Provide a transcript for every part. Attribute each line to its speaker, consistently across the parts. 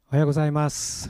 Speaker 1: おはようございます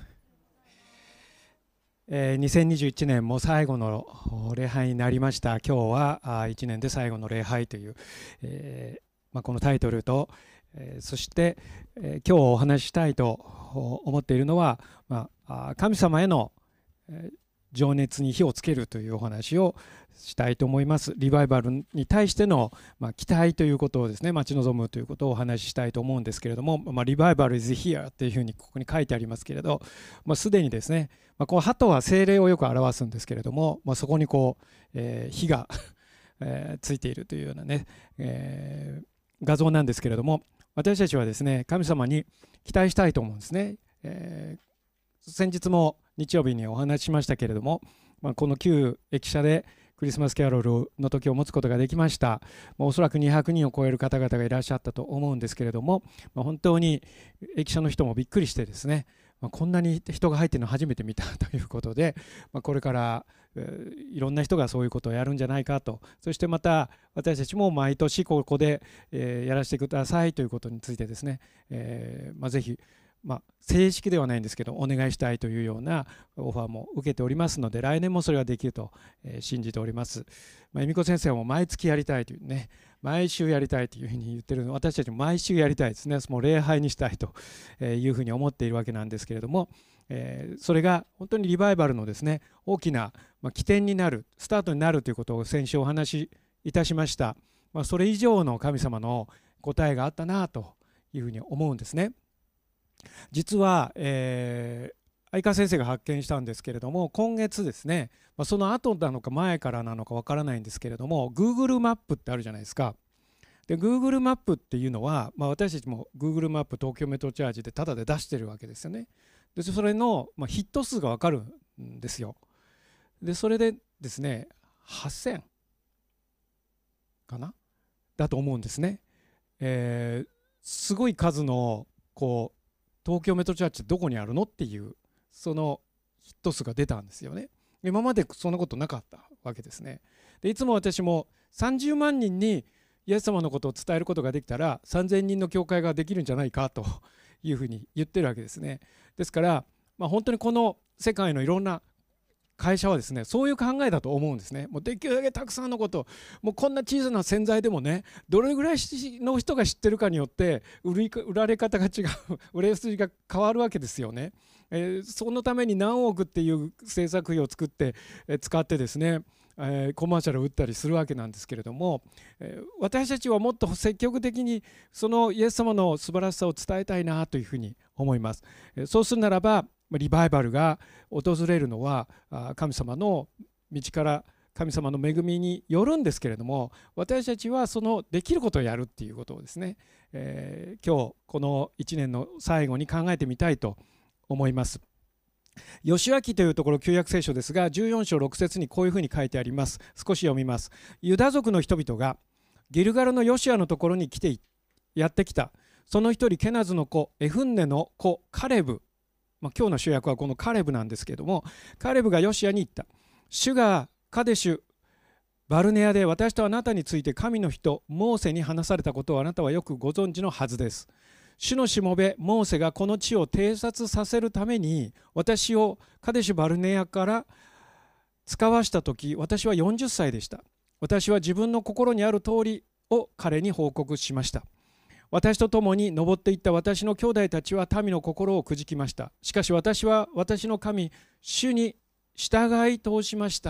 Speaker 1: 。2021年も最後の礼拝になりました。今日は1年で最後の礼拝という、このタイトルと、そして、今日お話ししたいと思っているのは、神様への、情熱に火をつけるというお話をしたいと思います。リバイバルに対しての、期待ということをですね、待ち望むということをお話ししたいと思うんですけれども、リバイバル is here というふうにここに書いてありますけれど、すでにですね、こう鳩は精霊をよく表すんですけれども、そこにこう、火がついているというようなね、画像なんですけれども、私たちはですね、神様に期待したいと思うんですね。先日も日曜日にお話ししましたけれども、この旧駅舎でクリスマスキャロルの時を持つことができました。おそらく200人を超える方々がいらっしゃったと思うんですけれども、本当に駅舎の人もびっくりしてですね、こんなに人が入っているの初めて見たということで、これからいろんな人がそういうことをやるんじゃないかと、そしてまた私たちも毎年ここでやらせてくださいということについてですね、ぜひ正式ではないんですけどお願いしたいというようなオファーも受けておりますので、来年もそれができると信じております。恵美子先生も毎月やりたいというね、毎週やりたいというふうに言ってるので、私たちも毎週やりたいですね。もう礼拝にしたいというふうに思っているわけなんですけれども、それが本当にリバイバルのですね、大きな起点になる、スタートになるということを先週お話しいたしました。それ以上の神様の答えがあったなというふうに思うんですね。実は、相川先生が発見したんですけれども、今月ですね、その後なのか前からなのかわからないんですけれども、 Google マップってあるじゃないですか。で Google マップっていうのは、私たちも Google マップ東京メトロチャージでタダで出してるわけですよね。でそれの、ヒット数がわかるんですよ。でそれでですね、8000かなだと思うんですね。すごい数のこう東京メトロチャージってどこにあるのっていうそのヒット数が出たんですよね。今までそんなことなかったわけですね。でいつも私も30万人にイエス様のことを伝えることができたら3000人の教会ができるんじゃないかというふうに言ってるわけですね。ですから、本当にこの世界のいろんな会社はですね、そういう考えだと思うんですね。もうできるだけたくさんのこと、もうこんな小さな洗剤でもね、どれぐらいの人が知ってるかによって売られ方が違う売れ筋が変わるわけですよね。そのために何億っていう制作費を作って、使ってですね、コマーシャルを打ったりするわけなんですけれども、私たちはもっと積極的にそのイエス様の素晴らしさを伝えたいなというふうに思います。そうするならばリバイバルが訪れるのは神様の道から神様の恵みによるんですけれども、私たちはそのできることをやるっていうことをですね、今日この1年の最後に考えてみたいと思います。ヨシュア記というところ、旧約聖書ですが14章6節にこういうふうに書いてあります。少し読みます。ユダ族の人々がギルガルのヨシュアのところにやってきた。その一人ケナズの子エフンネの子カレブ、今日の主役はこのカレブなんですけれども、カレブがヨシュアに言った。主がカデシュバルネアで私とあなたについて神の人モーセに話されたことをあなたはよくご存知のはずです。主のしもべモーセがこの地を偵察させるために私をカデシュバルネアから使わした時、私は40歳でした。私は自分の心にある通りを彼に報告しました。私と共に登っていった私の兄弟たちは民の心をくじきました。しかし私は私の神主に従い通しました、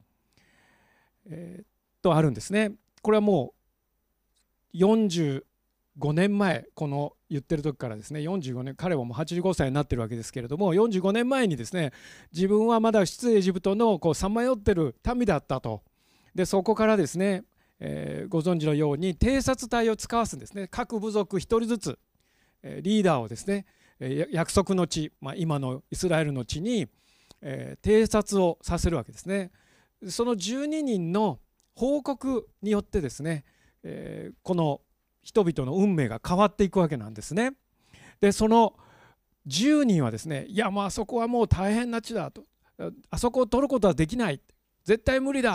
Speaker 1: とあるんですね。これはもう45年前、この言ってる時からですね、45年、彼はもう85歳になってるわけですけれども、45年前にですね、自分はまだ出エジプトのさまよってる民だったと。でそこからですね、ご存知のように偵察隊を使わすんですね。各部族一人ずつリーダーをですね、約束の地、今のイスラエルの地に偵察をさせるわけですね。その12人の報告によってですね、この人々の運命が変わっていくわけなんですね。でその10人はですね、いやそこはもう大変な地だと、あそこを取ることはできない、絶対無理だと、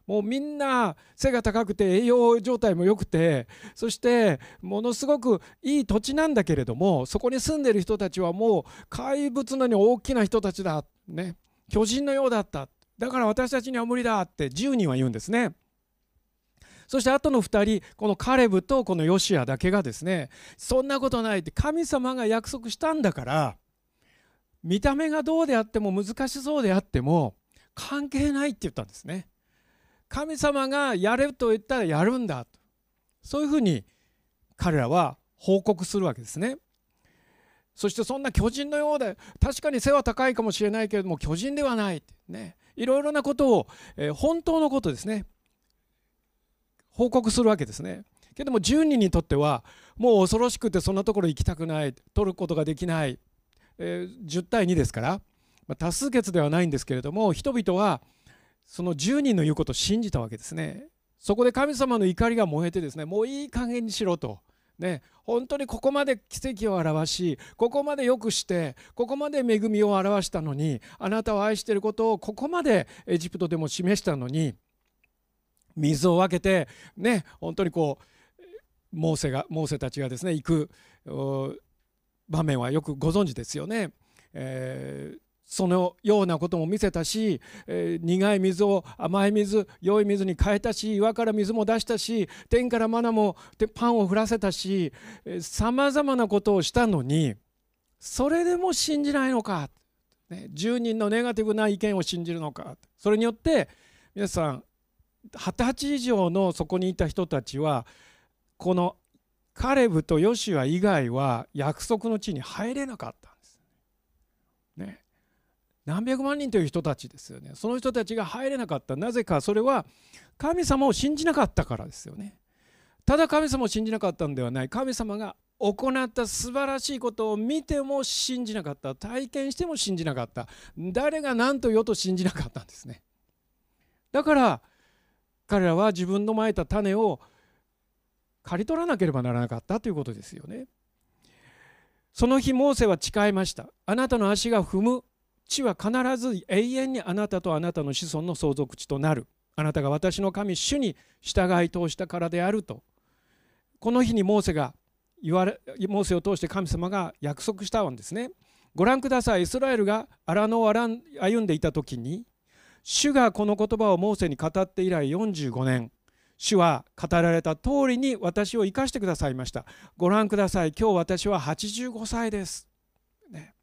Speaker 1: もうみんな背が高くて栄養状態も良くて、そしてものすごくいい土地なんだけれども、そこに住んでいる人たちはもう怪物のように大きな人たちだ、ね、巨人のようだった、だから私たちには無理だって10人は言うんですね。そしてあとの2人、このカレブとこのヨシアだけがですね、そんなことないって、神様が約束したんだから、見た目がどうであっても難しそうであっても関係ないって言ったんですね。神様がやれと言ったらやるんだと、そういうふうに彼らは報告するわけですね。そしてそんな巨人のようで、確かに背は高いかもしれないけれども巨人ではないってね、いろいろなことを、本当のことですね、報告するわけですね。けども10人にとってはもう恐ろしくてそんなところ行きたくない、取ることができない、10対2ですから、多数決ではないんですけれども、人々はその10人の言うことを信じたわけですね。そこで神様の怒りが燃えてですね、もういい加減にしろと、ね、本当にここまで奇跡を表し、ここまで良くして、ここまで恵みを表したのに、あなたを愛していることをここまでエジプトでも示したのに、水を分けてね、本当にこうモーセたちがですね行く場面はよくご存知ですよね。そのようなことも見せたし、苦い水を甘い水、良い水に変えたし、岩から水も出したし、天からマナもパンを降らせたし、さまざまなことをしたのに、それでも信じないのか、10人のネガティブな意見を信じるのか。それによって皆さん20歳以上のそこにいた人たちは、このカレブとヨシュア以外は約束の地に入れなかったんですね。何百万人という人たちですよね。その人たちが入れなかった。なぜか、それは神様を信じなかったからですよね。ただ神様を信じなかったんではない。神様が行った素晴らしいことを見ても信じなかった。体験しても信じなかった。誰が何と言おうと信じなかったんですね。だから彼らは自分のまいた種を刈り取らなければならなかったということですよね。その日モーセは誓いました。あなたの足が踏む地は必ず永遠にあなたとあなたの子孫の相続地となる。あなたが私の神主に従い通したからであると。この日にモーセを通して神様が約束したんですね。ご覧ください。イスラエルが荒野を歩んでいた時に、主がこの言葉をモーセに語って以来45年、主は語られた通りに私を生かしてくださいました。ご覧ください。今日私は85歳です、ね。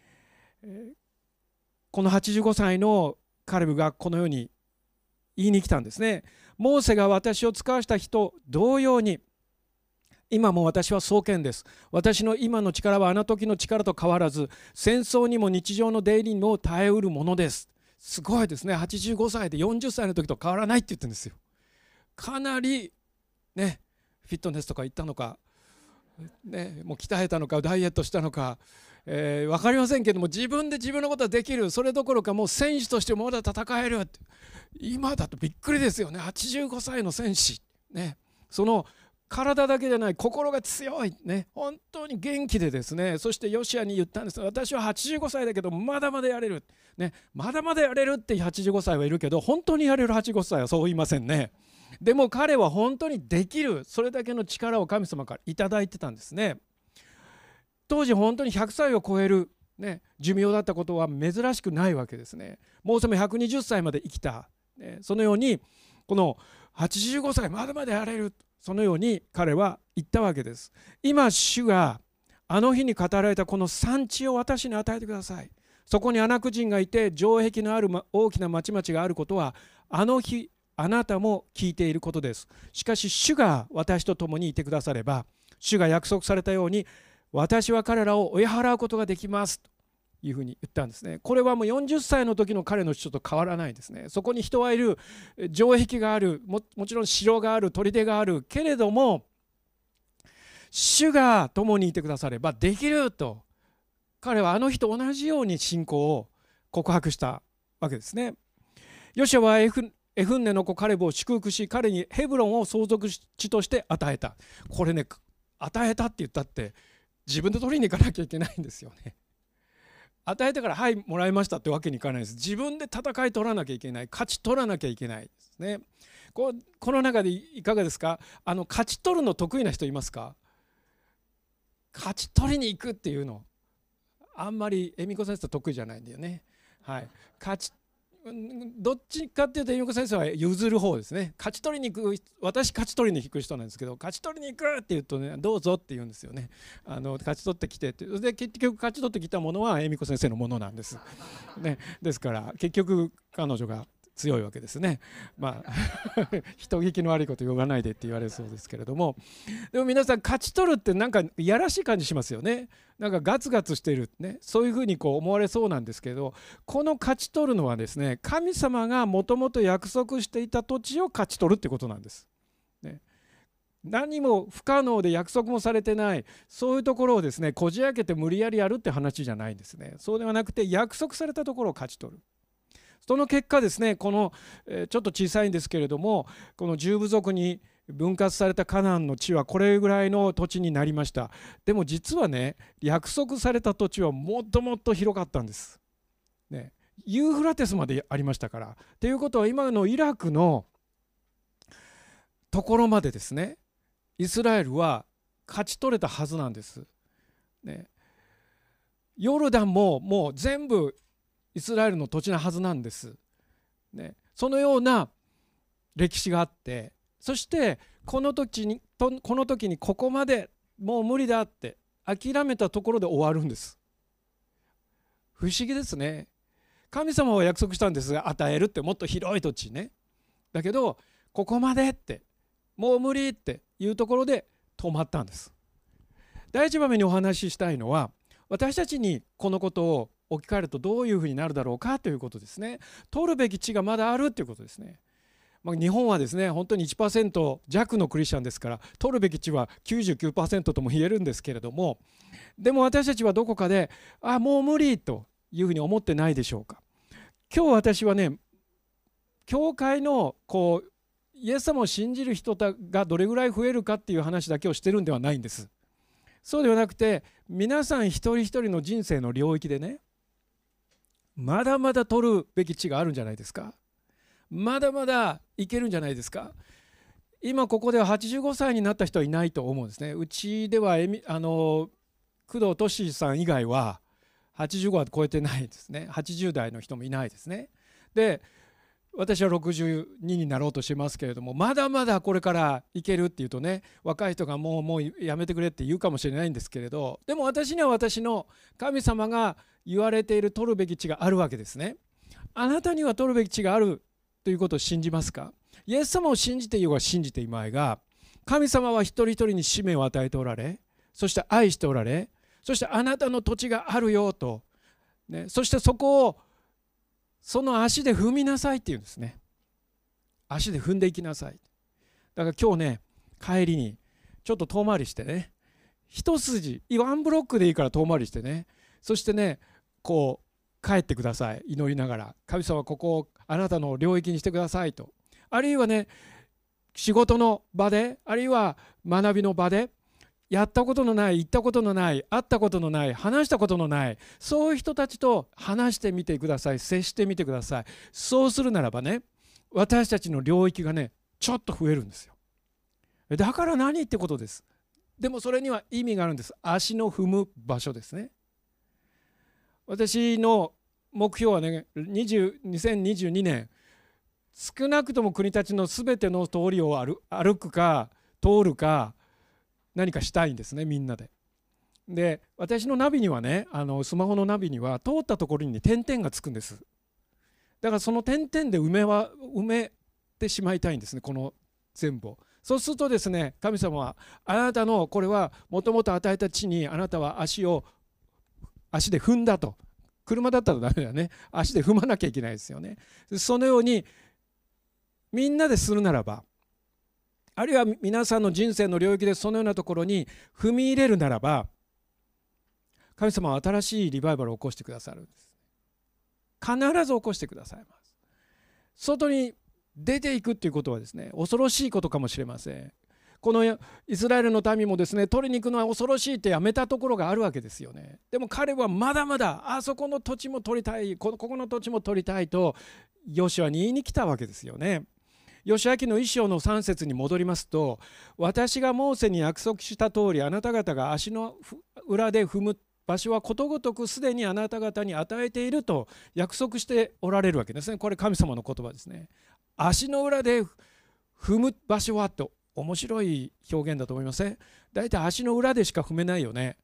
Speaker 1: この85歳のカレブがこのように言いに来たんですね。モーセが私を使わした人同様に、今も私は壮健です。私の今の力はあの時の力と変わらず、戦争にも日常の出入りにも耐えうるものです。すごいですね。85歳で40歳の時と変わらないって言ってるんですよ。かなりね、フィットネスとか行ったのか、ね、もう鍛えたのかダイエットしたのか、分かりませんけども、自分で自分のことはできる。それどころかもう戦士としてもまだ戦える。今だとびっくりですよね。85歳の戦士、ね、その体だけじゃない心が強い、ね、本当に元気でですね、そしてヨシアに言ったんです。私は85歳だけどまだまだやれる、ね、まだまだやれるって85歳はいるけど、本当にやれる85歳はそう言いませんね。でも彼は本当にできる、それだけの力を神様からいただいてたんですね。当時本当に100歳を超える、ね、寿命だったことは珍しくないわけですね。モーセも120歳まで生きた、ね、そのようにこの85歳まだまだやれる、そのように彼は言ったわけです。今主があの日に語られたこの産地を私に与えてください。そこにアナク人がいて城壁のある大きな町々があることはあの日あなたも聞いていることです。しかし主が私と共にいてくだされば、主が約束されたように私は彼らを追い払うことができますというふうに言ったんですね。これはもう40歳の時の彼の主張と変わらないですね。そこに人はいる、城壁がある、もちろん城がある、砦があるけれども、主が共にいてくださればできると、彼はあの日と同じように信仰を告白したわけですね。ヨシュアはエフンネの子カレブを祝福し、彼にヘブロンを相続地として与えた。これね、与えたって言ったって自分で取りに行かなきゃいけないんですよね。 与えてからはいもらいましたってわけにいかないです。自分で戦い取らなきゃいけない、勝ち取らなきゃいけないですね。この中でいかがですか？勝ち取るの得意な人いますか？勝ち取りに行くっていうのあんまり恵美子先生得意じゃないんだよね。はい、どっちかっていうと恵美子先生は譲る方ですね。勝ち取りに行く、私勝ち取りに行く人なんですけど、勝ち取りに行くって言うとね、どうぞって言うんですよね。勝ち取ってきてって。で結局勝ち取ってきたものは恵美子先生のものなんです、ね、ですから結局彼女が強いわけですね。まあ人聞きの悪いこと言わないでって言われそうですけれども、でも皆さん勝ち取るってなんかいやらしい感じしますよね。なんかガツガツしてるね、そういうふうに思われそうなんですけど、この勝ち取るのはですね、神様がもともと約束していた土地を勝ち取るってことなんです、ね、何も不可能で約束もされてない、そういうところをですねこじ開けて無理やりやるって話じゃないんですね。そうではなくて約束されたところを勝ち取る。その結果ですね、このちょっと小さいんですけれども、この10部族に分割されたカナンの地はこれぐらいの土地になりました。でも実はね、約束された土地はもっともっと広かったんです、ね、ユーフラテスまでありましたから。ということは今のイラクのところまでですね、イスラエルは勝ち取れたはずなんです、ね、ヨルダンももう全部イスラエルの土地なはずなんです、ね、そのような歴史があって、そしてこの時にここまでもう無理だって諦めたところで終わるんです。不思議ですね。神様は約束したんですが、与えるって、もっと広い土地ね。だけどここまでってもう無理っていうところで止まったんです。第一番目にお話ししたいのは、私たちにこのことを置き換えるとどういうふうになるだろうかということですね。取るべき地がまだあるということですね。日本はですね本当に 1% 弱のクリスチャンですから、取るべき地は 99% とも言えるんですけれども、でも私たちはどこかでもう無理というふうに思ってないでしょうか。今日私はね、教会のイエス様を信じる人がどれぐらい増えるかっていう話だけをしてるんではないんです。そうではなくて、皆さん一人一人の人生の領域でね、まだまだ取るべき地があるんじゃないですか。まだまだいけるんじゃないですか。今ここでは85歳になった人はいないと思うんですね。うちでは工藤俊さん以外は85は超えてないですね。80代の人もいないですね。で私は62になろうとしてますけれども、まだまだこれからいけるっていうとね、若い人がもうやめてくれって言うかもしれないんですけれど、でも私には私の神様が言われている取るべき地があるわけですね。あなたには取るべき地があるということを信じますか？イエス様を信じていようが信じていまいが、神様は一人一人に使命を与えておられ、そして愛しておられ、そしてあなたの土地があるよと、ね、そしてそこをその足で踏みなさいっていうんですね。足で踏んでいきなさい。だから今日ね、帰りにちょっと遠回りしてね、一筋ワンブロックでいいから遠回りしてね、そしてね帰ってください。祈りながら、神様ここをあなたの領域にしてくださいと。あるいはね、仕事の場で、あるいは学びの場で、やったことのない、行ったことのない、会ったことのない、話したことのない、そういう人たちと話してみてください。接してみてください。そうするならばね、私たちの領域がねちょっと増えるんですよ。だから何ってことです。でもそれには意味があるんです。足の踏む場所ですね。私の目標はね、2022年少なくとも国立のすべての通りを歩くか通るか何かしたいんですね、みんなで。で私のナビにはね、スマホのナビには通ったところに、ね、点々がつくんです。だからその点々で埋めてしまいたいんですね、この全部を。そうするとですね、神様はあなたのこれはもともと与えた地にあなたは足で踏んだと。車だったらダメだよね。足で踏まなきゃいけないですよね。そのようにみんなでするならば、あるいは皆さんの人生の領域でそのようなところに踏み入れるならば、神様は新しいリバイバルを起こしてくださるんです。必ず起こしてくださいます。外に出ていくっていうことはですね、恐ろしいことかもしれません。 このイスラエルの民もですね、取りに行くのは恐ろしいってやめたところがあるわけですよね。でも彼はまだまだあそこの土地も取りたい、ここの土地も取りたいとヨシュアに言いに来たわけですよね。ヨシュア記の1章の3節に戻りますと、私がモーセに約束した通りあなた方が足の裏で踏む場所はことごとくすでにあなた方に与えていると約束しておられるわけですね。これ神様の言葉ですね。足の裏で踏む場所はと、面白い表現だと思いません？だいたい足の裏でしか踏めないよね。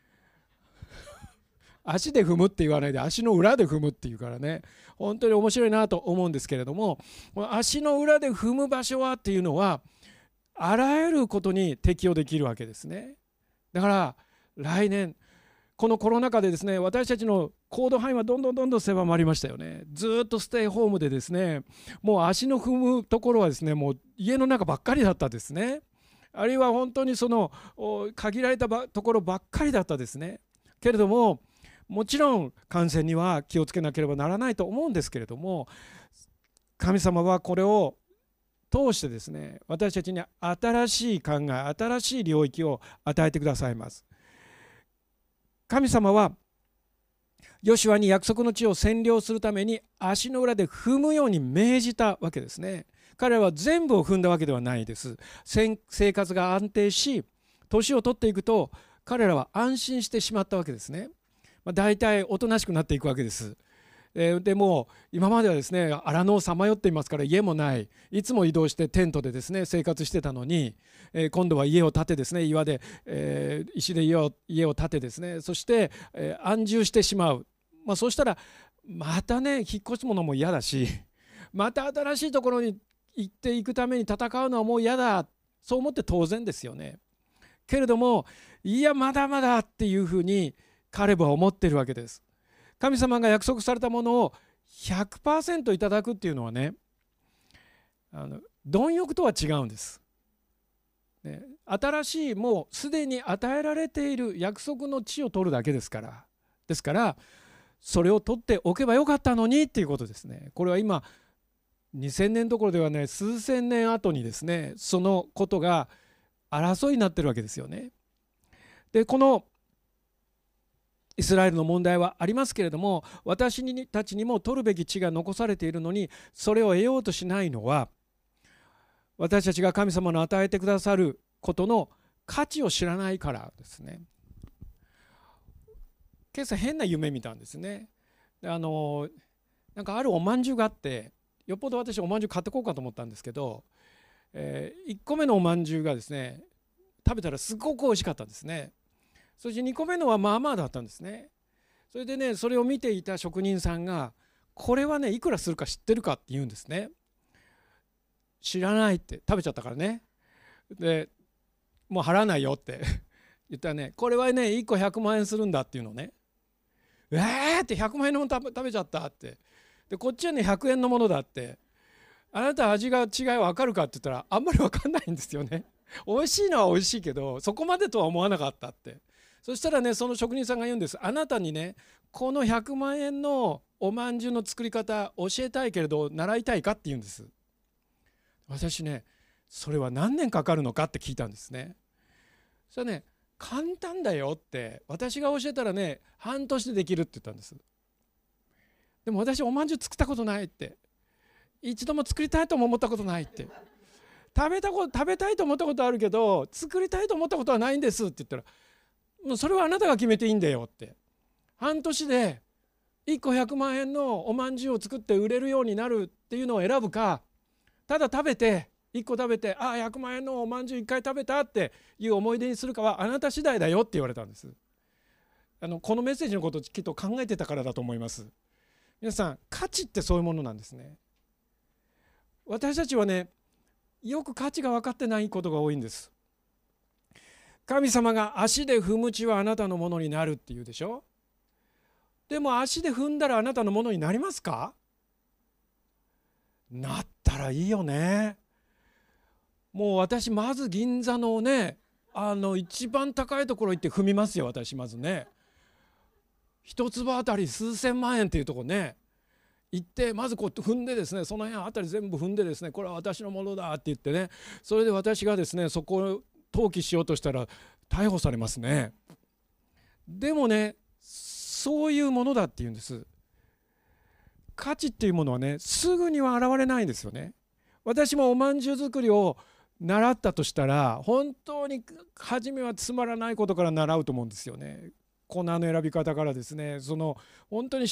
Speaker 1: 足で踏むって言わないで足の裏で踏むっていうからね、本当に面白いなと思うんですけれども、この足の裏で踏む場所はっていうのはあらゆることに適用できるわけですね。だから来年このコロナ禍でですね、私たちの行動範囲はどんどん狭まりましたよね。ずっとステイホームでですね、もう足の踏むところはですね、もう家の中ばっかりだったですね。あるいは本当にその限られたところばっかりだったですね。けれどももちろん感染には気をつけなければならないと思うんですけれども、神様はこれを通してですね、私たちに新しい考え、新しい領域を与えてくださいます。神様はヨシュアに約束の地を占領するために足の裏で踏むように命じたわけですね。彼らは全部を踏んだわけではないです。生活が安定し、年を取っていくと彼らは安心してしまったわけですね。大体おとなしくなっていくわけです。でも今まではですね、荒野をさまよっていますから家もない、いつも移動してテントでですね生活してたのに、今度は家を建てですね、岩で、石で家を建てですね、そして、安住してしまう。そうしたらまたね、引っ越すものも嫌だし、また新しいところに行っていくために戦うのはもう嫌だ、そう思って当然ですよね。けれどもいやまだまだっていうふうに彼は思っているわけです。神様が約束されたものを 100% いただくっていうのはね、貪欲とは違うんです、ね、新しいもうすでに与えられている約束の地を取るだけですから、それを取っておけばよかったのにっていうことですね。これは今2000年どころではない数千年後にですね、そのことが争いになってるわけですよね。でこのイスラエルの問題はありますけれども、私たちにも取るべき地が残されているのにそれを得ようとしないのは、私たちが神様の与えてくださることの価値を知らないからですね。今朝変な夢見たんですね。なんかあるおまんじゅうがあって、よっぽど私おまんじゅう買ってこうかと思ったんですけど、1個目のおまんじゅうがですね食べたらすごく美味しかったんですね。そして2個目のはまあまあだったんですね。それでね、それを見ていた職人さんが、これはねいくらするか知ってるかって言うんですね。知らないって、食べちゃったからね。でもう払わないよって言ったらね、これはね1個100万円するんだっていうのね。って100万円のもの食べちゃったって。でこっちはね100円のものだって。あなた味が違い分かるかって言ったらあんまり分かんないんですよね。美味しいのは美味しいけどそこまでとは思わなかったって。そしたらね、その職人さんが言うんです。あなたにねこの100万円のおまんじゅうの作り方教えたいけれど習いたいかって言うんです。私ね、それは何年かかるのかって聞いたんですね。それはね、簡単だよって、私が教えたらね半年でできるって言ったんです。でも私おまんじゅう作ったことないって、一度も作りたいとも思ったことないって、食べたいと思ったことあるけど作りたいと思ったことはないんですって言ったら、もうそれはあなたが決めていいんだよって。半年で1個100万円のおまんじゅうを作って売れるようになるっていうのを選ぶか、ただ食べて1個食べて100万円のおまんじゅう1回食べたっていう思い出にするかはあなた次第だよって言われたんです。このメッセージのことをきっと考えてたからだと思います。皆さん、価値ってそういうものなんですね。私たちはね、よく価値が分かってないことが多いんです。神様が足で踏む地はあなたのものになるって言うでしょ。でも足で踏んだらあなたのものになりますか？なったらいいよね。もう私まず銀座のね一番高いところ行って踏みますよ。私まずね、一坪あたり数千万円っていうところね行ってまずこう踏んでですね、その辺あたり全部踏んでですね、これは私のものだって言ってね、それで私がですねそこを登記しようとしたら逮捕されますね。でもね、そういうものだっていうんです。価値っていうものはね、すぐには現れないんですよね。私もおまんじゅう作りを習ったとしたら、本当に初めはつまらないことから習うと思うんですよね。粉の選び方からですね、その本当に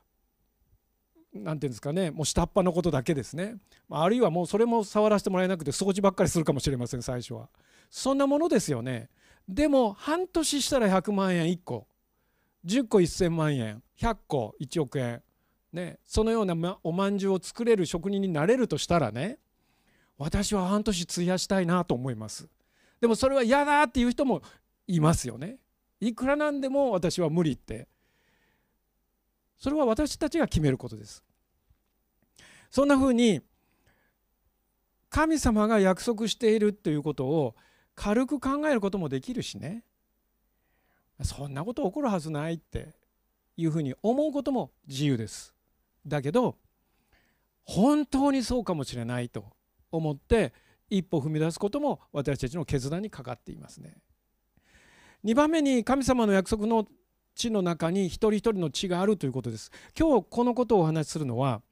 Speaker 1: なんていうんですかね、もう下っ端のことだけですね。あるいはもうそれも触らせてもらえなくて掃除ばっかりするかもしれません、最初は。そんなものですよね。でも半年したら100万円1個、10個1000万円、100個1億円ね、そのようなおまんじゅうを作れる職人になれるとしたらね、私は半年費やしたいなと思います。でもそれは嫌だっていう人もいますよね。いくらなんでも私は無理って、それは私たちが決めることです。そんなふうに神様が約束しているということを軽く考えることもできるしね、そんなこと起こるはずないっていうふうに思うことも自由です。だけど本当にそうかもしれないと思って一歩踏み出すことも私たちの決断にかかっていますね。2番目に、神様の約束の地の中に一人一人の地があるということです。今日このことをお話しするのは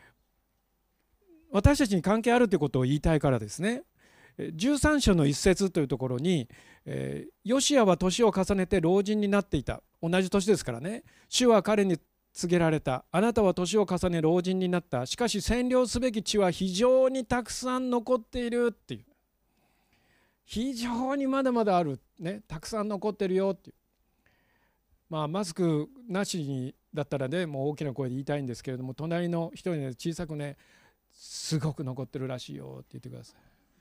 Speaker 1: 私たちに関係あるということを言いたいからですね。13章の一節というところに、ヨシアは年を重ねて老人になっていた。同じ年ですからね。主は彼に告げられた。あなたは年を重ね老人になった。しかし占領すべき地は非常にたくさん残っているっていう。非常にまだまだある、ね、たくさん残ってるよっていう。マスクなしにだったらね、もう大きな声で言いたいんですけれども、隣の人にね、小さくね、すごく残ってるらしいよって言ってください。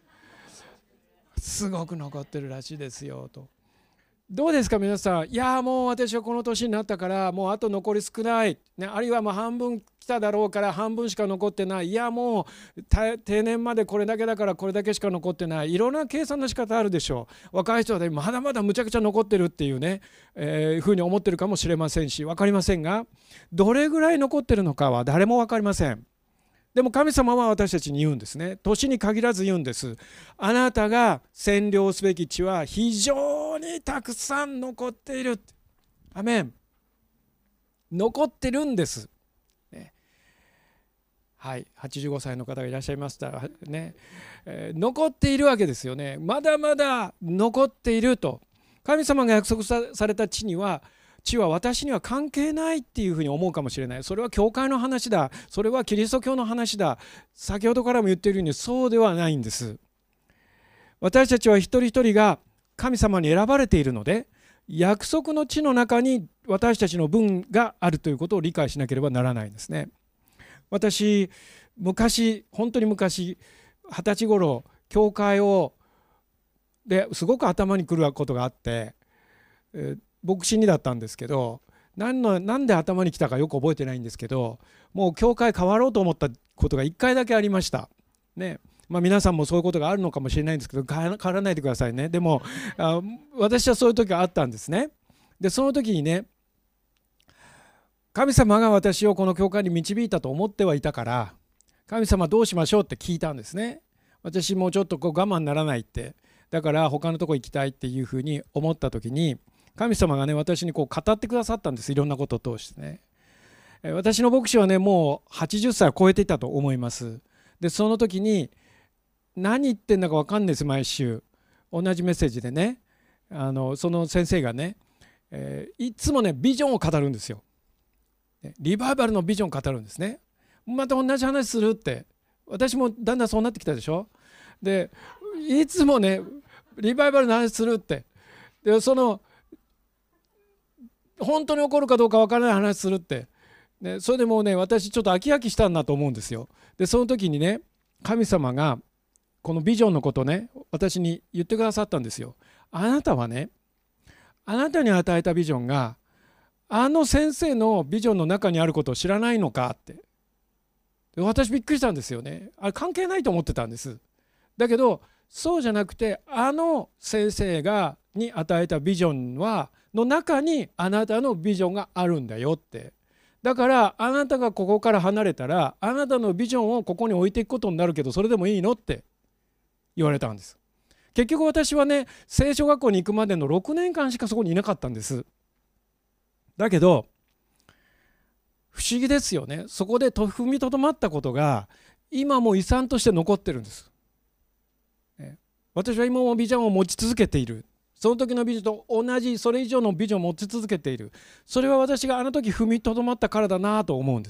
Speaker 1: すごく残ってるらしいですよと。どうですか皆さん。いやもう私はこの年になったからもうあと残り少ない、ね、あるいはもう半分来ただろうから半分しか残ってない、いやもう定年までこれだけだからこれだけしか残ってない、いろんな計算の仕方あるでしょう。若い人はね、まだまだむちゃくちゃ残ってるっていうね、ふうに思ってるかもしれませんし、分かりませんが、どれぐらい残ってるのかは誰も分かりません。でも神様は私たちに言うんですね。年に限らず言うんです。あなたが占領すべき地は非常にたくさん残っている。アメン。残ってるんです。ね、はい、85歳の方がいらっしゃいましたね。残っているわけですよね。まだまだ残っていると。神様が約束された地は私には関係ないっていうふうに思うかもしれない。それは教会の話だ、それはキリスト教の話だ。先ほどからも言っているようにそうではないんです。私たちは一人一人が神様に選ばれているので、約束の地の中に私たちの分があるということを理解しなければならないんですね。私本当に昔20歳頃教会ですごく頭にくることがあって、牧師にだったんですけど、なんで頭に来たかよく覚えてないんですけど、もう教会変わろうと思ったことが1回だけありましたね。皆さんもそういうことがあるのかもしれないんですけど、変わらないでくださいね。でも私はそういう時があったんですね。でその時にね、神様が私をこの教会に導いたと思ってはいたから、神様どうしましょうって聞いたんですね。私もうちょっと我慢ならないって、だから他のとこ行きたいっていうふうに思った時に、神様がね、私に語ってくださったんです。いろんなことを通してね。私の牧師はね、もう80歳を超えていたと思います。でその時に何言ってんだか分かんないです。毎週同じメッセージでね、その先生がね、いつもねビジョンを語るんですよ。リバイバルのビジョンを語るんですね。また同じ話するって、私もだんだんそうなってきたでしょ。でいつもねリバイバルの話するって、で本当に起こるかどうか分からない話するって、ね、それでもうね、私ちょっと飽き飽きしたんだと思うんですよ。でその時にね、神様がこのビジョンのことをね、私に言ってくださったんですよ。あなたはね、あなたに与えたビジョンがあの先生のビジョンの中にあることを知らないのかって。で私びっくりしたんですよね。あれ関係ないと思ってたんです。だけどそうじゃなくて、あの先生に与えたビジョンの中にあなたのビジョンがあるんだよって。 だからあなたがここから離れたらあなたのビジョンをここに置いていくことになるけど、それでもいいのって言われたんです。結局私はね、聖書学校に行くまでの6年間しかそこにいなかったんです。だけど不思議ですよね。そこで踏みとどまったことが今も遺産として残ってるんです。私は今もビジョンを持ち続けている。その時のビジョンと同じ、それ以上のビジョンを持ち続けている。それは私があの時踏みとどまったからだなと思うんです。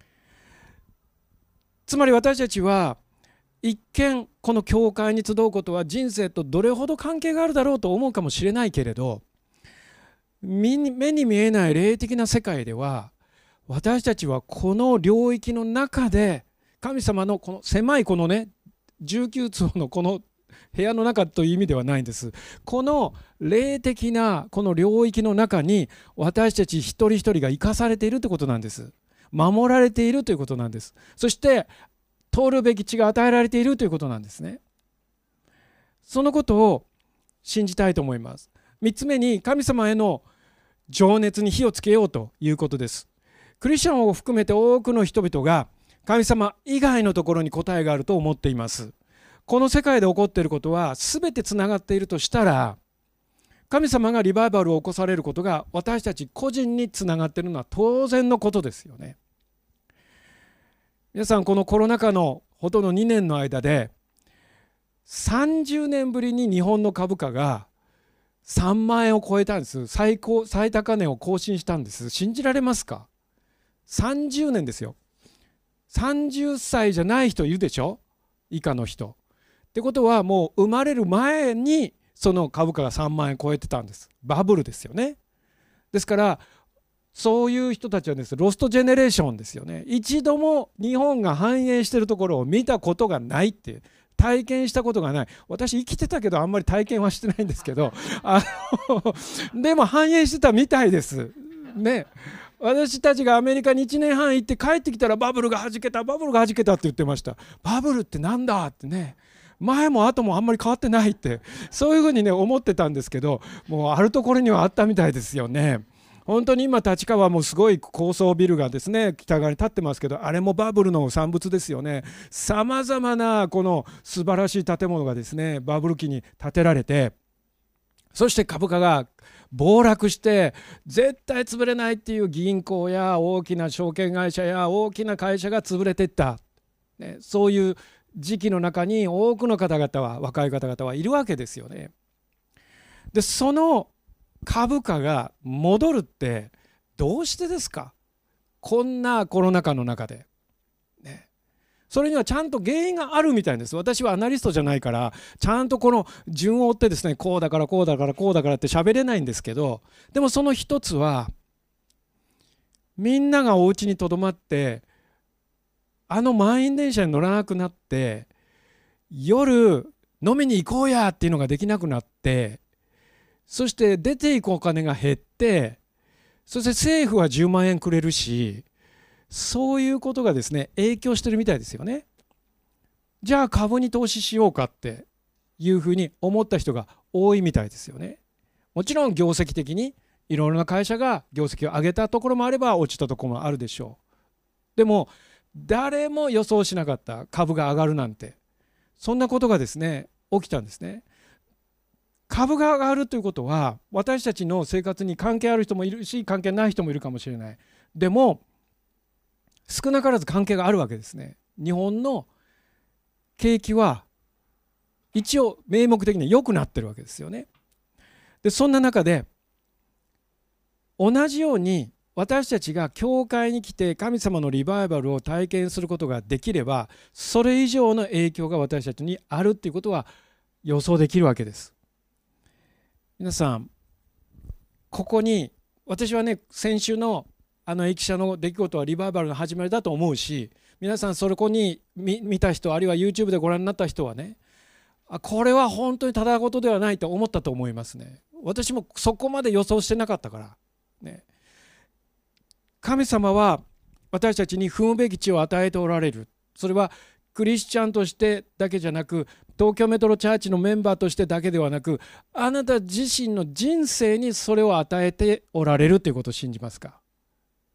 Speaker 1: つまり私たちは一見この教会に集うことは人生とどれほど関係があるだろうと思うかもしれないけれど、目に見えない霊的な世界では私たちはこの領域の中で神様のこの狭いこのね19坪のこの部屋の中という意味ではないんです。この霊的なこの領域の中に私たち一人一人が生かされているということなんです。守られているということなんです。そして通るべき地が与えられているということなんですね。そのことを信じたいと思います。3つ目に神様への情熱に火をつけようということです。クリスチャンを含めて多くの人々が神様以外のところに答えがあると思っています。この世界で起こっていることは全てつながっているとしたら、神様がリバイバルを起こされることが私たち個人につながっているのは当然のことですよね。皆さん、このコロナ禍のほとんど2年の間で30年ぶりに日本の株価が3万円を超えたんです。最高値を更新したんです。信じられますか？30年ですよ。30歳じゃない人いるでしょ、以下の人ってことは、もう生まれる前にその株価が3万円超えてたんです。バブルですよね。ですからそういう人たちはですね、ロストジェネレーションですよね。一度も日本が繁栄しているところを見たことがないっていう、体験したことがない。私生きてたけどあんまり体験はしてないんですけどでも繁栄してたみたいですね。私たちがアメリカに1年半行って帰ってきたらバブルがはじけたバブルがはじけたって言ってました。バブルってなんだってね、前も後もあんまり変わってないって、そういうふうにね思ってたんですけど、もうあるところにはあったみたいですよね。本当に今立川もすごい高層ビルがですね北側に建ってますけど、あれもバブルの産物ですよね。さまざまなこの素晴らしい建物がですねバブル期に建てられて、そして株価が暴落して絶対潰れないっていう銀行や大きな証券会社や大きな会社が潰れていった、ね、そういう時期の中に多くの方々は、若い方々はいるわけですよね。でその株価が戻るってどうしてですか？こんなコロナ禍の中で、ね、それにはちゃんと原因があるみたいです。私はアナリストじゃないからちゃんとこの順を追ってですね、こうだからこうだからこうだからって喋れないんですけど、でもその一つは、みんながお家にとどまって満員電車に乗らなくなって、夜飲みに行こうやっていうのができなくなって、そして出ていくお金が減って、そして政府は10万円くれるし、そういうことがですね影響してるみたいですよね。じゃあ株に投資しようかっていうふうに思った人が多いみたいですよね。もちろん業績的にいろいろな会社が業績を上げたところもあれば落ちたところもあるでしょう。でも誰も予想しなかった株が上がるなんて、そんなことがですね起きたんですね。株が上がるということは私たちの生活に関係ある人もいるし関係ない人もいるかもしれない。でも少なからず関係があるわけですね。日本の景気は一応名目的に良くなってるわけですよね。でそんな中で同じように私たちが教会に来て神様のリバイバルを体験することができれば、それ以上の影響が私たちにあるということは予想できるわけです。皆さん、ここに私はね、先週の駅舎の出来事はリバイバルの始まりだと思うし、皆さんそこに見た人、あるいは YouTube でご覧になった人はね、これは本当にただ事ではないと思ったと思いますね。私もそこまで予想してなかったからね。神様は私たちに踏むべき地を与えておられる。それはクリスチャンとしてだけじゃなく、東京メトロチャーチのメンバーとしてだけではなく、あなた自身の人生にそれを与えておられるということを信じますか、ね、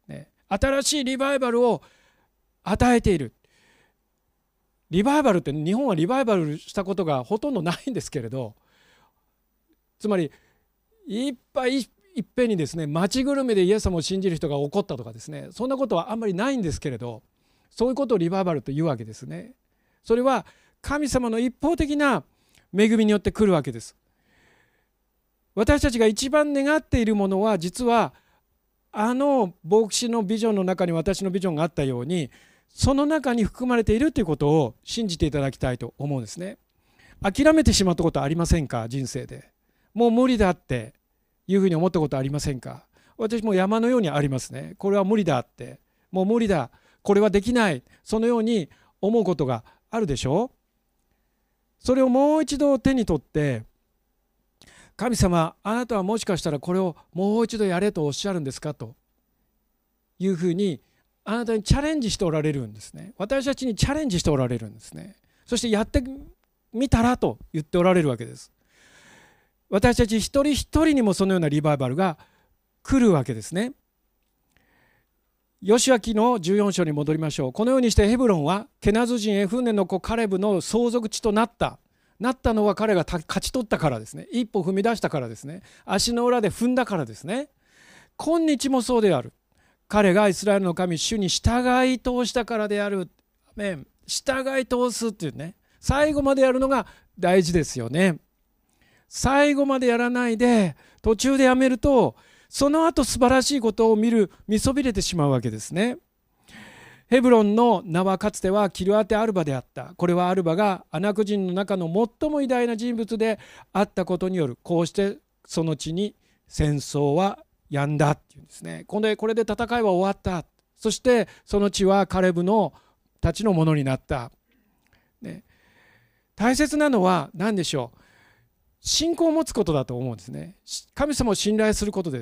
Speaker 1: 新しいリバイバルを与えている。リバイバルって日本はリバイバルしたことがほとんどないんですけれど、つまりいっぺんにですね、町ぐるみでイエス様を信じる人が起こったとかですね、そんなことはあんまりないんですけれど、そういうことをリバイバルというわけですね。それは神様の一方的な恵みによって来るわけです。私たちが一番願っているものは、実は牧師のビジョンの中に私のビジョンがあったように、その中に含まれているということを信じていただきたいと思うんですね。諦めてしまったことありませんか？人生でもう無理だっていうふうに思ったことありませんか？私も山のようにありますね。これは無理だって、もう無理だ、これはできない、そのように思うことがあるでしょう。それをもう一度手に取って、神様、あなたはもしかしたらこれをもう一度やれとおっしゃるんですかというふうにあなたにチャレンジしておられるんですね。私たちにチャレンジしておられるんですね。そしてやってみたらと言っておられるわけです。私たち一人一人にもそのようなリバイバルが来るわけですね。ヨシュア記の14章に戻りましょう。このようにしてヘブロンはケナズ人エフネの子カレブの相続地となったのは彼が勝ち取ったからですね。一歩踏み出したからですね。足の裏で踏んだからですね。今日もそうである。彼がイスラエルの神主に従い通したからである。従い通すっていうね、最後までやるのが大事ですよね。最後までやらないで途中でやめると、その後素晴らしいことを見そびれてしまうわけですね。ヘブロンの名はかつてはキルアテアルバであった。これはアルバがアナク人の中の最も偉大な人物であったことによる。こうしてその地に戦争は止んだっていうんですね。これで戦いは終わった。そしてその地はカレブのたちのものになった、ね、大切なのは何でしょう。信仰を持つことだと思うんですね。神様を信頼することです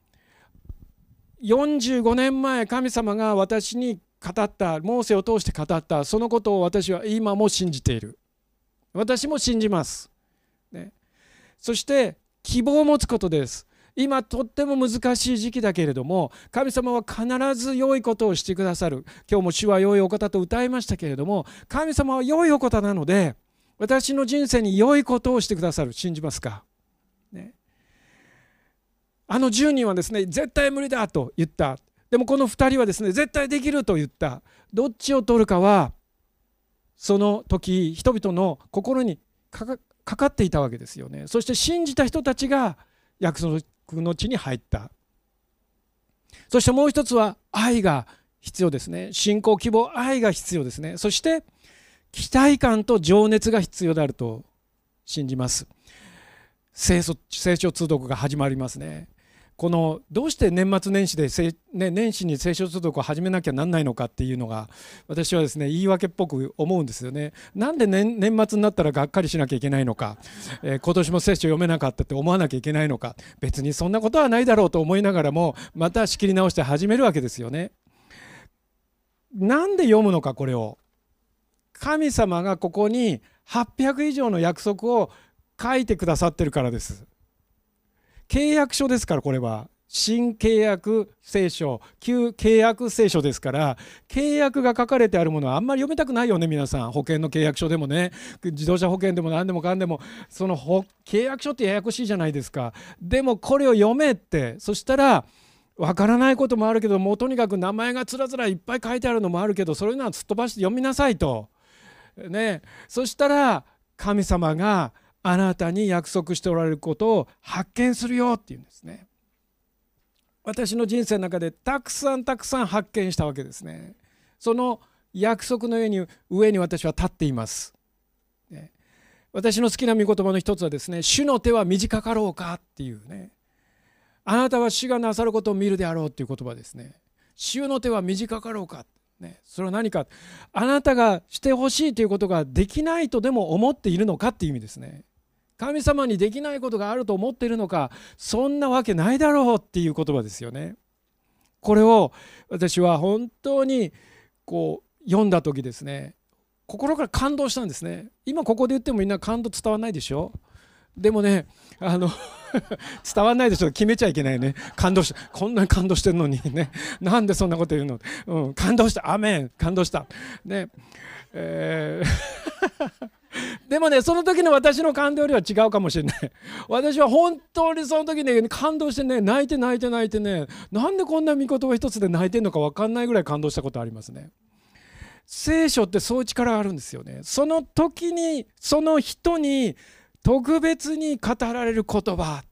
Speaker 1: 。45年前神様が私に語った、モーセを通して語ったそのことを私は今も信じている。私も信じます、ね、そして希望を持つことです。今とっても難しい時期だけれども、神様は必ず良いことをしてくださる。今日も主は良いお方と歌いましたけれども、神様は良いお方なので、私の人生に良いことをしてくださる。信じますか、ね、10人はですね、絶対無理だと言った。でもこの2人はですね、絶対できると言った。どっちを取るかはその時人々の心にかかっていたわけですよね。そして信じた人たちが約束の地に入った。そしてもう一つは愛が必要ですね。信仰、希望、愛が必要ですね。そして期待感と情熱が必要であると信じます。聖書通読が始まりますね。どうして年末年始で年始に聖書通読を始めなきゃなんないのかっていうのが私はですね、言い訳っぽく思うんですよね。なんで 年末になったらがっかりしなきゃいけないのか、今年も聖書読めなかったって思わなきゃいけないのか、別にそんなことはないだろうと思いながらもまた仕切り直して始めるわけですよね。なんで読むのか。これを神様がここに800以上の約束を書いてくださってるからです。契約書ですから。これは新契約聖書、旧契約聖書ですから、契約が書かれてあるものはあんまり読みたくないよね。皆さん保険の契約書でもね、自動車保険でも何でもかんでも、その契約書ってややこしいじゃないですか。でもこれを読めって、そしたらわからないこともあるけど、もうとにかく名前がつらつらいっぱい書いてあるのもあるけど、そういうのはすっ飛ばして読みなさいと、ね、そしたら神様があなたに約束しておられることを発見するよっていうんですね。私の人生の中でたくさん発見したわけですね。その約束の上に私は立っています、ね、私の好きな御言葉の一つはですね、主の手は短かろうかっていうね、あなたは主がなさることを見るであろうっていう言葉ですね。主の手は短かろうか、ね、それは何か、あなたがしてほしいということができないとでも思っているのかっていう意味ですね。神様にできないことがあると思っているのか、そんなわけないだろうっていう言葉ですよね。これを私は本当に読んだ時ですね、心から感動したんですね。今ここで言ってもみんな感動伝わらないでしょ。 でもね伝わんないでしょ。決めちゃいけないね。感動した、こんなに感動してるのにね、なんでそんなこと言うの、感動した、アメン、感動したね。でもね、その時の私の感動よりは違うかもしれない。私は本当にその時ね、感動してね、泣いてね、なんでこんな御言葉一つで泣いてんのか分かんないぐらい感動したことありますね。聖書ってそういう力があるんですよね。その時に、その人に特別に語られる言葉、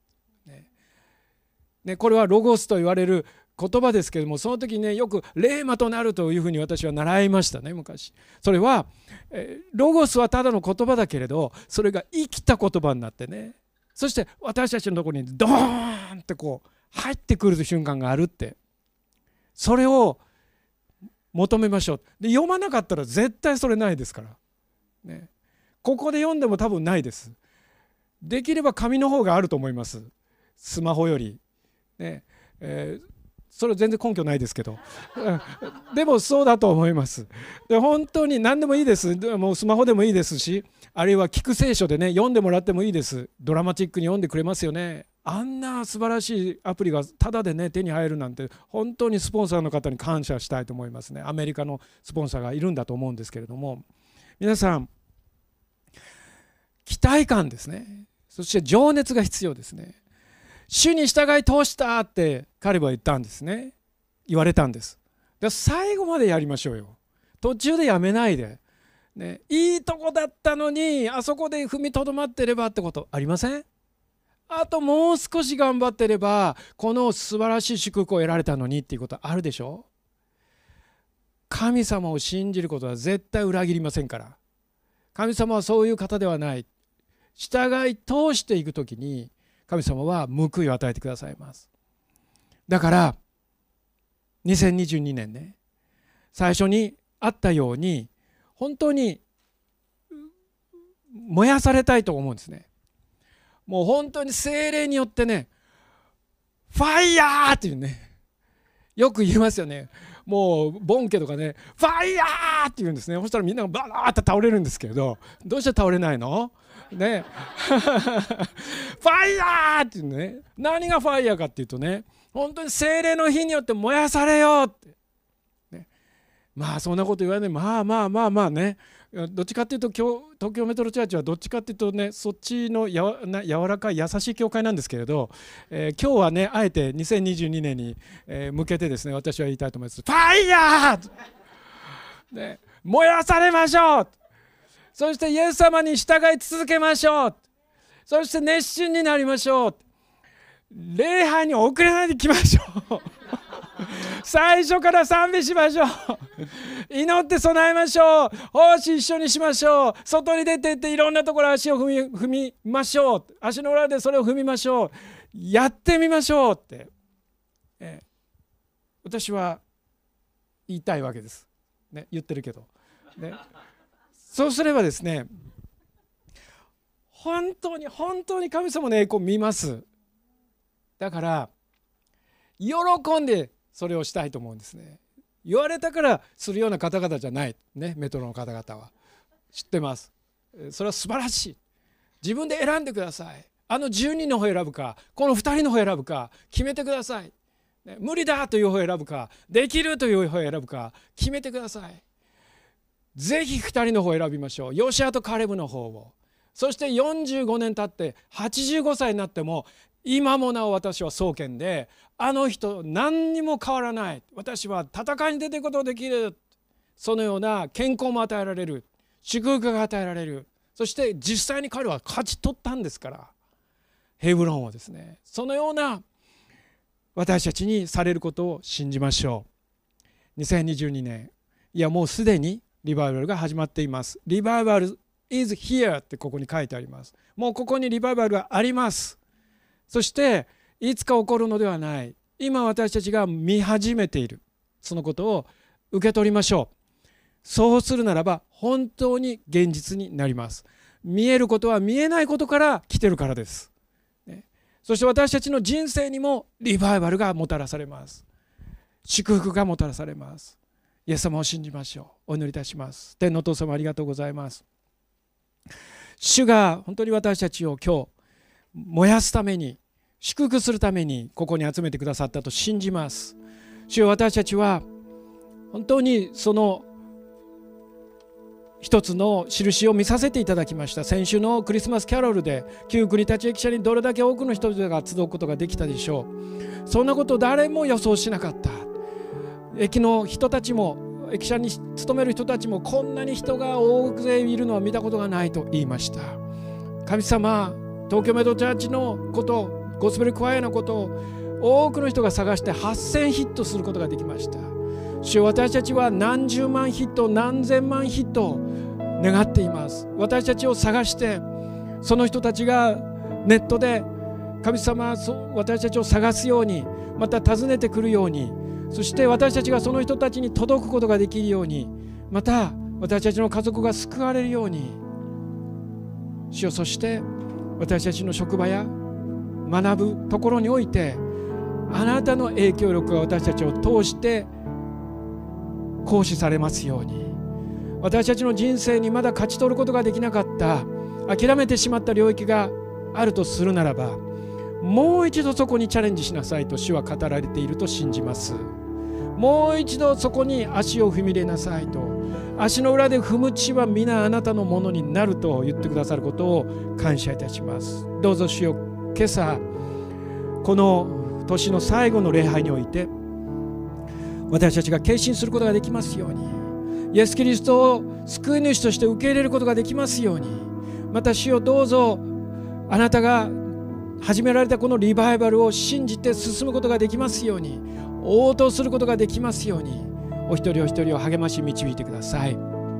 Speaker 1: これはロゴスと言われる言葉ですけれども、その時にね、よくレーマとなるというふうに私は習いましたね、昔。それはロゴスはただの言葉だけれど、それが生きた言葉になってね、そして私たちのところにドーンってこう入ってくる瞬間があるって、それを求めましょう。で、読まなかったら絶対それないですから、ね、ここで読んでも多分ないです。できれば紙の方があると思います、スマホよりね。それは全然根拠ないですけどでもそうだと思います。で、本当に何でもいいです。もうスマホでもいいですし、あるいは聞く聖書でね、読んでもらってもいいです。ドラマチックに読んでくれますよね。あんな素晴らしいアプリがタダでね手に入るなんて、本当にスポンサーの方に感謝したいと思いますね。アメリカのスポンサーがいるんだと思うんですけれども、皆さん、期待感ですね。そして情熱が必要ですね。主に従い通したって彼は言ったんですね。言われたんです。で、最後までやりましょうよ。途中でやめないで、ね、いいとこだったのにあそこで踏みとどまってればってことありません？あともう少し頑張ってればこの素晴らしい祝福を得られたのにっていうことあるでしょ。神様を信じることは絶対裏切りませんから。神様はそういう方ではない。従い通していくときに神様は報いを与えてくださいます。だから2022年ね、最初にあったように本当に燃やされたいと思うんですね。もう本当に聖霊によってね、ファイヤーっていうね、よく言いますよね。もうボンケとかね、ファイヤーって言うんですね。そしたらみんながバーッと倒れるんですけれど、どうして倒れないのねファイヤーっていうね、何がファイヤーかっていうとね、本当に聖霊の火によって燃やされようって、ね、まあそんなこと言わない。まあね、どっちかっていうと東京メトロチャーチはどっちかっていうとね、そっちの柔らかい優しい教会なんですけれど、今日はねあえて2022年に向けてですね、私は言いたいと思います。ファイヤー、ね、燃やされましょう。そしてイエス様に従い続けましょう。そして熱心になりましょう。礼拝に遅れないで来ましょう最初から賛美しましょう祈って備えましょう。奉仕一緒にしましょう。外に出てっていろんなところ足を踏みましょう。足の裏でそれを踏みましょう。やってみましょうって、私は言いたいわけです、ね、言ってるけど、ね、そうすればですね、本当に神様の栄光を見ます。だから喜んでそれをしたいと思うんですね。言われたからするような方々じゃないね。メトロの方々は知ってます。それは素晴らしい。自分で選んでください。あの10人の方を選ぶか、この2人の方を選ぶか決めてください。無理だという方を選ぶか、できるという方を選ぶか決めてください。ぜひ2人の方を選びましょう。ヨシアとカレブの方を。そして45年経って85歳になっても今もなお私は壮健で、あの人何にも変わらない、私は戦いに出ていくことができる、そのような健康も与えられる、祝福が与えられる。そして実際に彼は勝ち取ったんですから、ヘブロンをですね、そのような私たちにされることを信じましょう。2022年、いやもうすでにリバイバルが始まっています。リバイバル is here ってここに書いてあります。もうここにリバイバルがあります。そしていつか起こるのではない、今私たちが見始めているそのことを受け取りましょう。そうするならば本当に現実になります。見えることは見えないことから来てるからです、ね、そして私たちの人生にもリバイバルがもたらされます。祝福がもたらされます。イエス様を信じましょう。お祈りいたします。天のお父様、ありがとうございます。主が本当に私たちを今日燃やすために、祝福するためにここに集めてくださったと信じます。主よ、私たちは本当にその一つの印を見させていただきました。先週のクリスマスキャロルで旧国立駅舎にどれだけ多くの人々が集うことができたでしょう。そんなことを誰も予想しなかった。駅の人たちも、駅舎に勤める人たちも、こんなに人が大勢いるのは見たことがないと言いました。神様、東京メドチャーチのこと、ゴスペルクワイアのことを多くの人が探して8000ヒットすることができました。主よ、私たちは何十万ヒット、何千万ヒットを願っています。私たちを探して、その人たちがネットで神様、私たちを探すように、また訪ねてくるように、そして私たちがその人たちに届くことができるように、また私たちの家族が救われるように、主よ、そして私たちの職場や学ぶところにおいて、あなたの影響力が私たちを通して行使されますように。私たちの人生にまだ勝ち取ることができなかった、諦めてしまった領域があるとするならば、もう一度そこにチャレンジしなさいと主は語られていると信じます。もう一度そこに足を踏み入れなさいと、足の裏で踏む地は皆あなたのものになると言ってくださることを感謝いたします。どうぞ主よ、今朝この年の最後の礼拝において、私たちが決心することができますように、イエス・キリストを救い主として受け入れることができますように、また主よ、どうぞあなたが始められたこのリバイバルを信じて進むことができますように、応答することができますように、お一人お一人を励まし導いてください。イ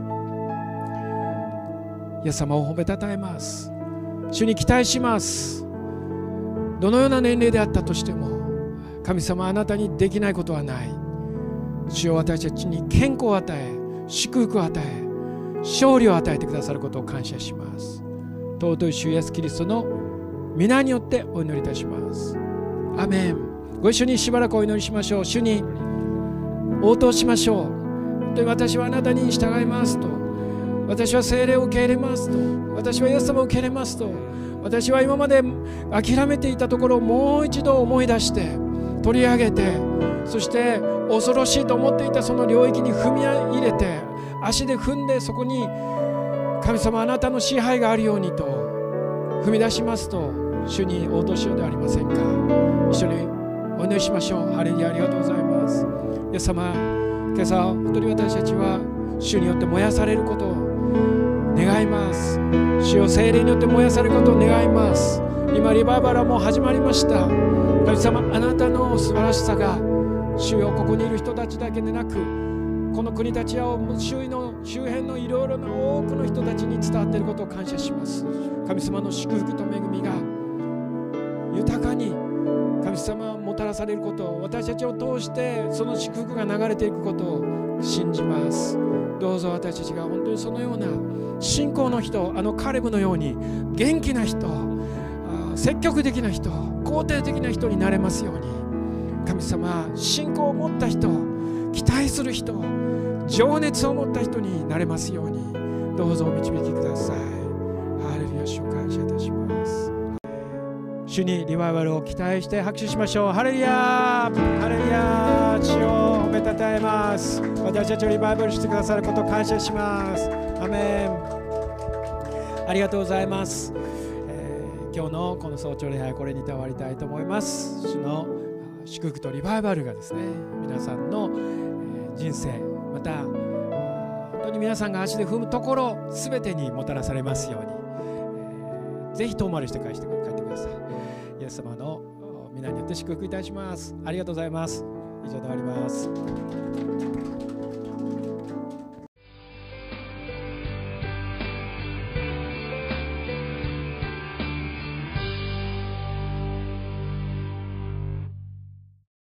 Speaker 1: エス様を褒めたたえます。主に期待します。どのような年齢であったとしても、神様、あなたにできないことはない。主よ、私たちに健康を与え、祝福を与え、勝利を与えてくださることを感謝します。尊い主イエスキリストの皆によってお祈りいたします。アメン。ご一緒にしばらくお祈りしましょう。主に応答しましょう。本当に私はあなたに従いますと、私は聖霊を受け入れますと、私はイエス様を受け入れますと、私は今まで諦めていたところをもう一度思い出して取り上げて、そして恐ろしいと思っていたその領域に踏み入れて、足で踏んで、そこに神様、あなたの支配があるようにと踏み出しますと、主に応答しようではありませんか。一緒にお祈りしましょう。ハレルヤ、ありがとうございます。イエス様、今朝本当に私たちは主によって燃やされることを願います。主よ、聖霊によって燃やされることを願います。今リバイバルはもう始まりました。神様、あなたの素晴らしさが、主よ、ここにいる人たちだけでなく、この国立屋を周辺のいろいろな多くの人たちに伝わっていることを感謝します。神様の祝福と恵みが豊かに神様をもたらされることを、私たちを通してその祝福が流れていくことを信じます。どうぞ私たちが本当にそのような信仰の人、カレブのように元気な人、積極的な人、肯定的な人になれますように。神様、信仰を持った人、期待する人、情熱を持った人になれますように、どうぞお導きください。ハレルヤ、主を感謝いたします。主にリバイバルを期待して拍手しましょう。ハレルヤ、ハレルヤ、主を褒めたたえます。私たちをリバイバルしてくださることを感謝します。アメン。ありがとうございます。今日のこの早朝礼拝、これにて終わりたいと思います。主の祝福とリバイバルがですね、皆さんの人生、また本当に皆さんが足で踏むところ全てにもたらされますように、ぜひ遠回りして帰ってください。イエス様の皆によって祝福いたします。ありがとうございます。以上で終わります。